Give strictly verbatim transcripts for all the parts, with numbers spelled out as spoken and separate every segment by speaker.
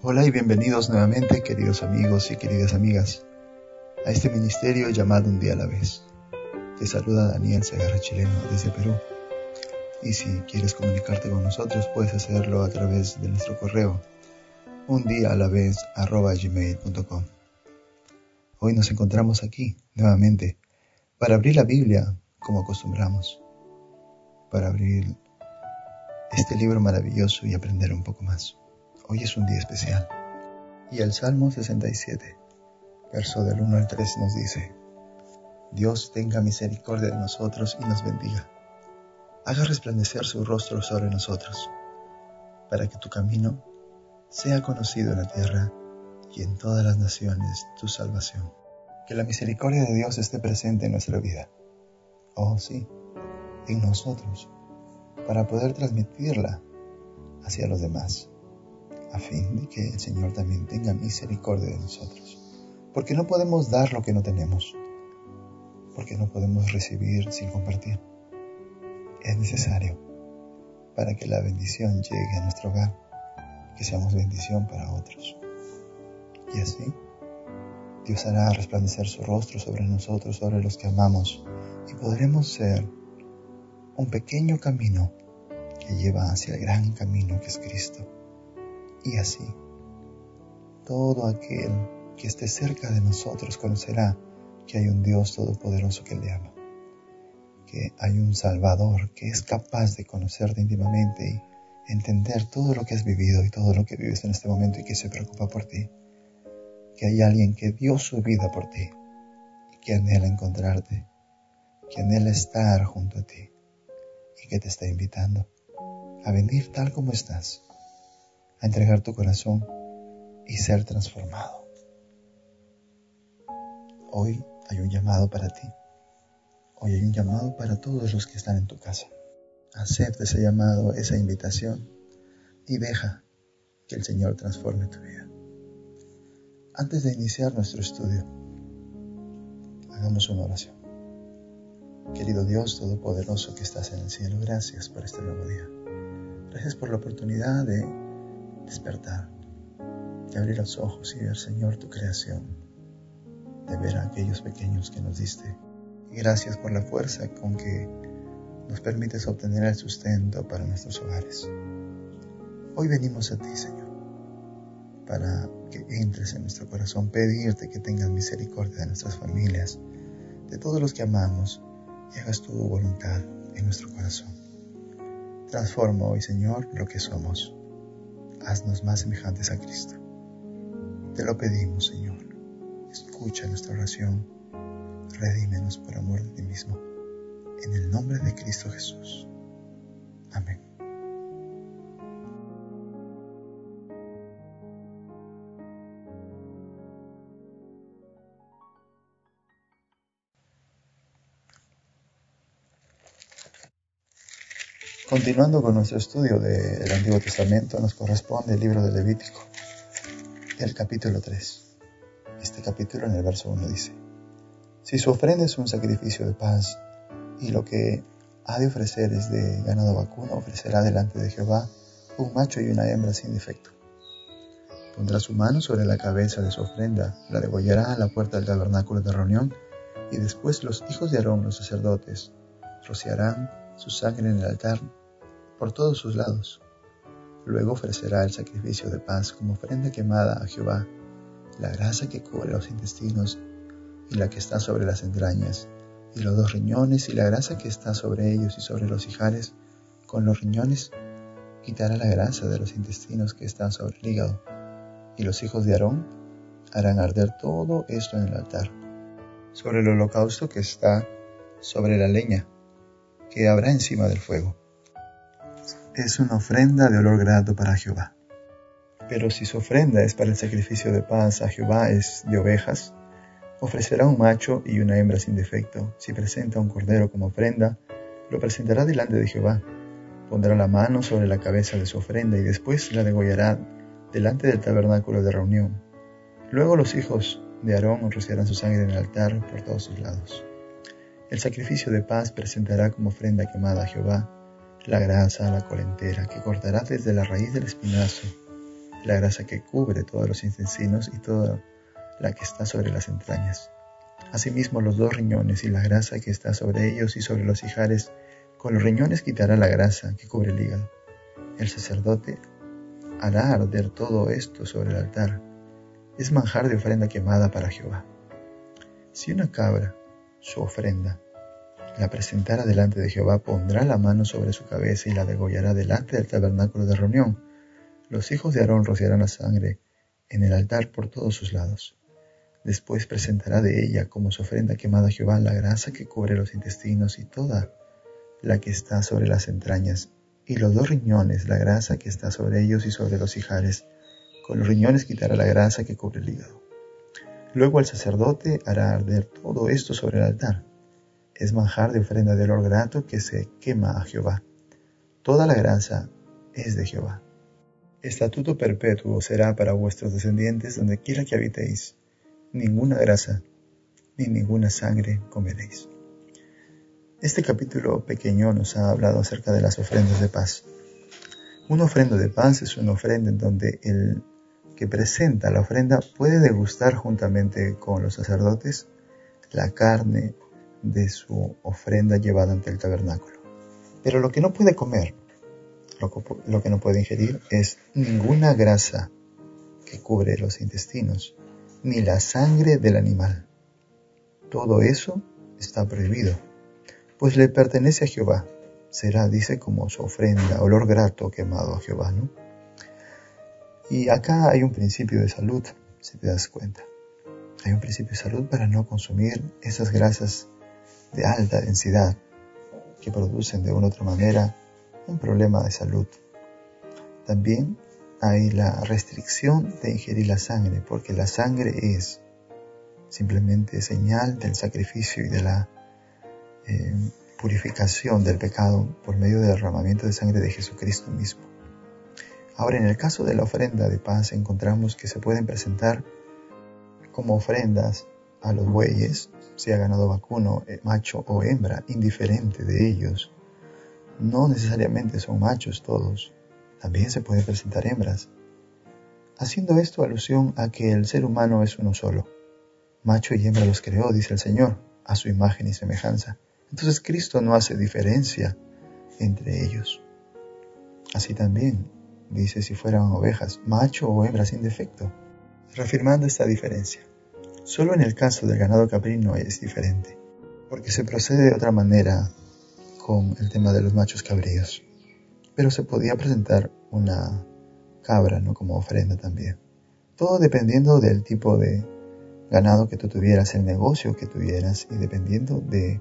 Speaker 1: Hola y bienvenidos nuevamente, queridos amigos y queridas amigas, a este ministerio llamado Un Día a la Vez. Te saluda Daniel Segarra Chileno desde Perú. Y si quieres comunicarte con nosotros, puedes hacerlo a través de nuestro correo undiaalavez arroba gmail punto com. Hoy nos encontramos aquí, nuevamente, para abrir la Biblia como acostumbramos, para abrir este libro maravilloso y aprender un poco más. Hoy es un día especial. Y el Salmo sesenta y siete, verso del uno al tres nos dice: Dios tenga misericordia de nosotros y nos bendiga. Haga resplandecer su rostro sobre nosotros, para que tu camino sea conocido en la tierra y en todas las naciones tu salvación. Que la misericordia de Dios esté presente en nuestra vida. Oh sí, en nosotros, para poder transmitirla hacia los demás, a fin de que el Señor también tenga misericordia de nosotros. Porque no podemos dar lo que no tenemos, porque no podemos recibir sin compartir. Es necesario para que la bendición llegue a nuestro hogar, que seamos bendición para otros. Y así, Dios hará resplandecer su rostro sobre nosotros, sobre los que amamos, y podremos ser un pequeño camino que lleva hacia el gran camino que es Cristo. Y así, todo aquel que esté cerca de nosotros conocerá que hay un Dios todopoderoso que le ama, que hay un Salvador que es capaz de conocerte íntimamente y entender todo lo que has vivido y todo lo que vives en este momento y que se preocupa por ti, que hay alguien que dio su vida por ti y que anhela encontrarte, que anhela estar junto a ti y que te está invitando a venir tal como estás, a entregar tu corazón y ser transformado. Hoy hay un llamado para ti. Hoy hay un llamado para todos los que están en tu casa. Acepta ese llamado, esa invitación y deja que el Señor transforme tu vida. Antes de iniciar nuestro estudio, hagamos una oración. Querido Dios Todopoderoso que estás en el cielo, gracias por este nuevo día. Gracias por la oportunidad de despertar, de abrir los ojos y ver, Señor, tu creación, de ver a aquellos pequeños que nos diste. Y gracias por la fuerza con que nos permites obtener el sustento para nuestros hogares. Hoy venimos a ti, Señor, para que entres en nuestro corazón, pedirte que tengas misericordia de nuestras familias, de todos los que amamos, y hagas tu voluntad en nuestro corazón. Transforma hoy, Señor, lo que somos. Haznos más semejantes a Cristo. Te lo pedimos, Señor. Escucha nuestra oración. Redímenos por amor de ti mismo. En el nombre de Cristo Jesús. Amén. Continuando con nuestro estudio del Antiguo Testamento, nos corresponde el libro de Levítico, el capítulo tres. Este capítulo en el verso uno dice: Si su ofrenda es un sacrificio de paz, y lo que ha de ofrecer es de ganado vacuno, ofrecerá delante de Jehová un macho y una hembra sin defecto. Pondrá su mano sobre la cabeza de su ofrenda, la degollará a la puerta del tabernáculo de reunión, y después los hijos de Aarón, los sacerdotes, rociarán su sangre en el altar por todos sus lados. Luego ofrecerá el sacrificio de paz como ofrenda quemada a Jehová, la grasa que cubre los intestinos y la que está sobre las entrañas, y los dos riñones y la grasa que está sobre ellos y sobre los ijares. Con los riñones quitará la grasa de los intestinos que están sobre el hígado, y los hijos de Aarón harán arder todo esto en el altar, sobre el holocausto que está sobre la leña, que habrá encima del fuego. Es una ofrenda de olor grato para Jehová. Pero si su ofrenda es para el sacrificio de paz a Jehová, es de ovejas, ofrecerá un macho y una hembra sin defecto. Si presenta un cordero como ofrenda, lo presentará delante de Jehová. Pondrá la mano sobre la cabeza de su ofrenda y después la degollará delante del tabernáculo de reunión. Luego los hijos de Aarón rociarán su sangre en el altar por todos sus lados. El sacrificio de paz presentará como ofrenda quemada a Jehová la grasa a la colentera, que cortará desde la raíz del espinazo la grasa que cubre todos los intestinos y toda la que está sobre las entrañas. Asimismo, los dos riñones y la grasa que está sobre ellos y sobre los ijares, con los riñones quitará la grasa que cubre el hígado. El sacerdote hará arder todo esto sobre el altar. Es manjar de ofrenda quemada para Jehová. Si una cabra, su ofrenda, la presentara delante de Jehová, pondrá la mano sobre su cabeza y la degollará delante del tabernáculo de reunión. Los hijos de Aarón rociarán la sangre en el altar por todos sus lados. Después presentará de ella como su ofrenda quemada a Jehová la grasa que cubre los intestinos y toda la que está sobre las entrañas, y los dos riñones, la grasa que está sobre ellos y sobre los ijares. Con los riñones quitará la grasa que cubre el hígado. Luego el sacerdote hará arder todo esto sobre el altar. Es manjar de ofrenda de olor grato que se quema a Jehová. Toda la grasa es de Jehová. Estatuto perpetuo será para vuestros descendientes donde quiera que habitéis. Ninguna grasa ni ninguna sangre comeréis. Este capítulo pequeño nos ha hablado acerca de las ofrendas de paz. Una ofrenda de paz es una ofrenda en donde el que presenta la ofrenda puede degustar juntamente con los sacerdotes la carne de su ofrenda llevada ante el tabernáculo. Pero lo que no puede comer, lo que no puede ingerir es ninguna grasa que cubre los intestinos, ni la sangre del animal. Todo eso está prohibido, pues le pertenece a Jehová. Será, dice, como su ofrenda, olor grato quemado a Jehová, ¿no? Y acá hay un principio de salud, si te das cuenta. Hay un principio de salud para no consumir esas grasas de alta densidad que producen de una u otra manera un problema de salud. También hay la restricción de ingerir la sangre, porque la sangre es simplemente señal del sacrificio y de la eh, purificación del pecado por medio del derramamiento de sangre de Jesucristo mismo. Ahora, en el caso de la ofrenda de paz, encontramos que se pueden presentar como ofrendas a los bueyes, sea ganado vacuno, macho o hembra, indiferente de ellos. No necesariamente son machos todos, también se pueden presentar hembras. Haciendo esto alusión a que el ser humano es uno solo. Macho y hembra los creó, dice el Señor, a su imagen y semejanza. Entonces Cristo no hace diferencia entre ellos. Así también, dice, si fueran ovejas, macho o hembra sin defecto, reafirmando esta diferencia. Solo en el caso del ganado caprino es diferente, porque se procede de otra manera con el tema de los machos cabríos. Pero se podía presentar una cabra, ¿no?, como ofrenda también. Todo dependiendo del tipo de ganado que tú tuvieras, el negocio que tuvieras y dependiendo de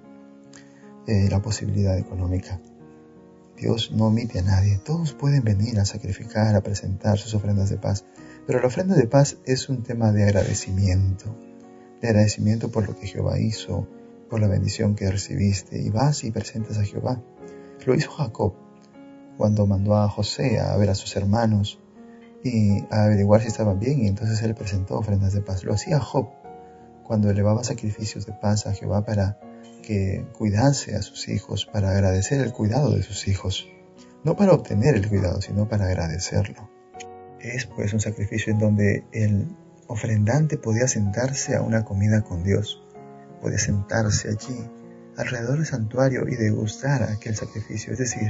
Speaker 1: eh, la posibilidad económica. Dios no omite a nadie. Todos pueden venir a sacrificar, a presentar sus ofrendas de paz. Pero la ofrenda de paz es un tema de agradecimiento. De agradecimiento por lo que Jehová hizo, por la bendición que recibiste. Y vas y presentas a Jehová. Lo hizo Jacob cuando mandó a José a ver a sus hermanos y a averiguar si estaban bien. Y entonces él presentó ofrendas de paz. Lo hacía Job cuando elevaba sacrificios de paz a Jehová para que cuidase a sus hijos, para agradecer el cuidado de sus hijos. No para obtener el cuidado, sino para agradecerlo. Es pues un sacrificio en donde el ofrendante podía sentarse a una comida con Dios. Podía sentarse allí, alrededor del santuario y degustar aquel sacrificio. Es decir,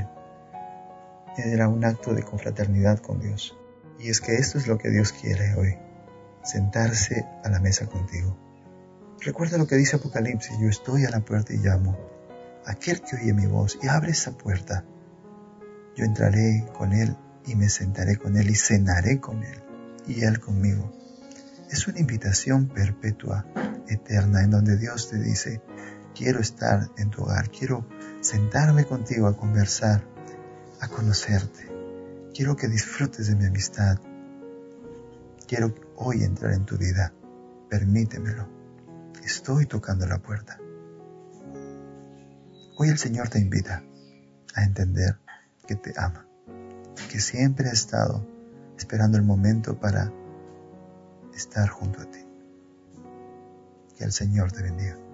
Speaker 1: era un acto de confraternidad con Dios. Y es que esto es lo que Dios quiere hoy. Sentarse a la mesa contigo. Recuerda lo que dice Apocalipsis: yo estoy a la puerta y llamo. Aquel que oye mi voz y abre esa puerta, yo entraré con él y me sentaré con él y cenaré con él y él conmigo. Es una invitación perpetua, eterna, en donde Dios te dice: quiero estar en tu hogar, quiero sentarme contigo a conversar, a conocerte. Quiero que disfrutes de mi amistad. Quiero hoy entrar en tu vida. Permítemelo. Estoy tocando la puerta. Hoy el Señor te invita a entender que te ama, que siempre ha estado esperando el momento para estar junto a ti. Que el Señor te bendiga.